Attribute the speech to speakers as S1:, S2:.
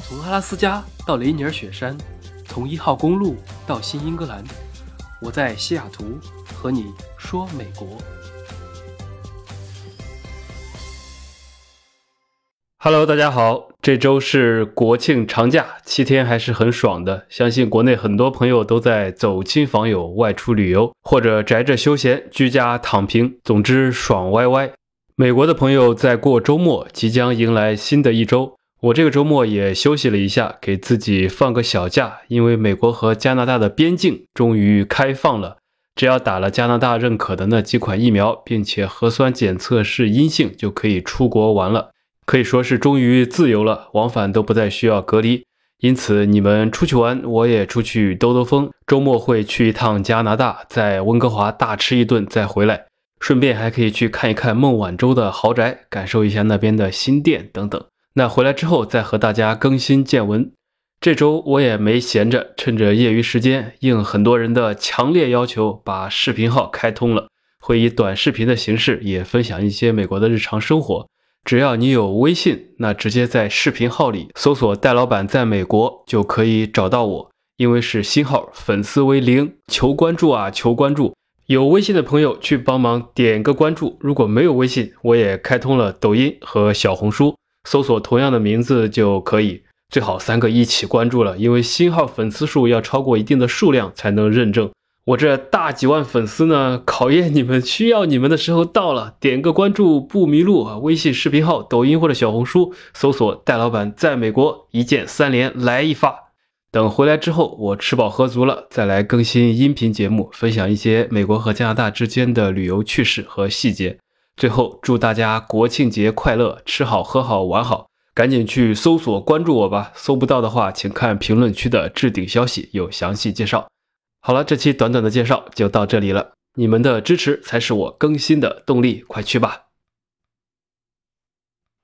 S1: 从阿拉斯加到雷尼尔雪山，从1号公路到新英格兰，我在西雅图和你说美国。Hello， 大家好，这周是国庆长假，7天还是很爽的。相信国内很多朋友都在走亲访友、外出旅游，或者宅着休闲、居家躺平，总之爽歪歪。美国的朋友在过周末，即将迎来新的一周。我这个周末也休息了一下，给自己放个小假，因为美国和加拿大的边境终于开放了。只要打了加拿大认可的那几款疫苗，并且核酸检测是阴性，就可以出国玩了。可以说是终于自由了，往返都不再需要隔离。因此你们出去玩，我也出去兜兜风。周末会去一趟加拿大，在温哥华大吃一顿再回来，顺便还可以去看一看孟晚舟的豪宅，感受一下那边的新店等等。那回来之后再和大家更新见闻。这周我也没闲着，趁着业余时间，应很多人的强烈要求，把视频号开通了，会以短视频的形式也分享一些美国的日常生活。只要你有微信，那直接在视频号里搜索戴老板在美国就可以找到我，因为是新号，粉丝为0，求关注啊，求关注。有微信的朋友去帮忙点个关注，如果没有微信，我也开通了抖音和小红书，搜索同样的名字就可以，最好3个一起关注了，因为新号粉丝数要超过一定的数量才能认证。我这大几万粉丝呢，考验你们需要你们的时候到了，点个关注不迷路啊！微信视频号、抖音或者小红书搜索戴老板在美国，一键3连来一发。等回来之后我吃饱喝足了，再来更新音频节目，分享一些美国和加拿大之间的旅游趣事和细节。最后祝大家国庆节快乐，吃好喝好玩好，赶紧去搜索关注我吧，搜不到的话请看评论区的置顶消息，有详细介绍。好了，这期短短的介绍就到这里了，你们的支持才是我更新的动力，快去吧。